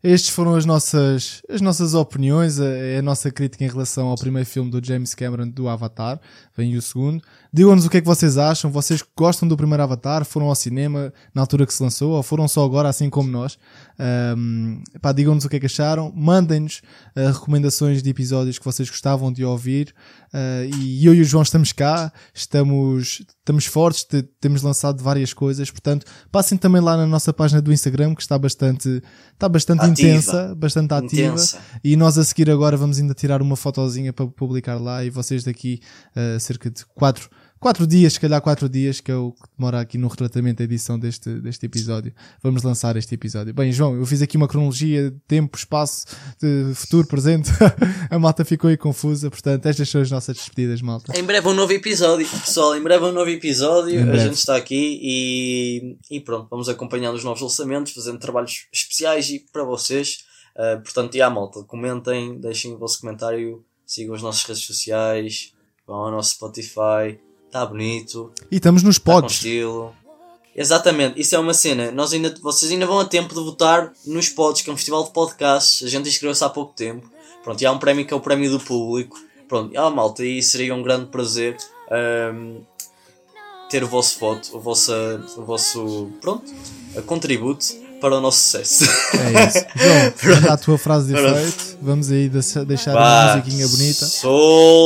estes foram as nossas opiniões, a nossa crítica em relação ao primeiro filme do James Cameron, do Avatar. Vem o segundo. Digam-nos o que é que vocês acham. Vocês gostam do primeiro Avatar? Foram ao cinema na altura que se lançou? Ou foram só agora, assim como nós? Digam-nos o que é que acharam. Mandem-nos recomendações de episódios que vocês gostavam de ouvir. E eu e o João estamos cá. Estamos fortes. Temos lançado várias coisas. Portanto, passem também lá na nossa página do Instagram, que está bastante intensa. Bastante ativa. E nós a seguir agora vamos ainda tirar uma fotozinha para publicar lá. E vocês daqui cerca de 4 dias, se calhar 4 dias, que é o que demora aqui no retratamento da edição deste episódio. Vamos lançar este episódio. Bem, João, eu fiz aqui uma cronologia de tempo, espaço, de futuro, presente. A malta ficou aí confusa, portanto, estas são as nossas despedidas, malta. Em breve um novo episódio, pessoal, a gente está aqui e pronto, vamos acompanhando os novos lançamentos, fazendo trabalhos especiais e para vocês. Portanto, malta, comentem, deixem o vosso comentário, sigam as nossas redes sociais, vão ao nosso Spotify. Está bonito. E estamos nos pods. Com estilo. Exatamente, isso é uma cena. Vocês ainda vão a tempo de votar nos pods, que é um festival de podcasts. A gente inscreveu-se há pouco tempo. Pronto, e há um prémio que é o prémio do público. Pronto, malta, e seria um grande prazer ter o vosso voto, o vosso contributo para o nosso sucesso. É isso. João, manda a tua frase de efeito. Vamos aí deixar uma musiquinha bonita.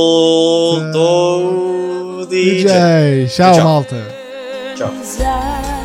Soltou DJ. Tchau, malta. Tchau.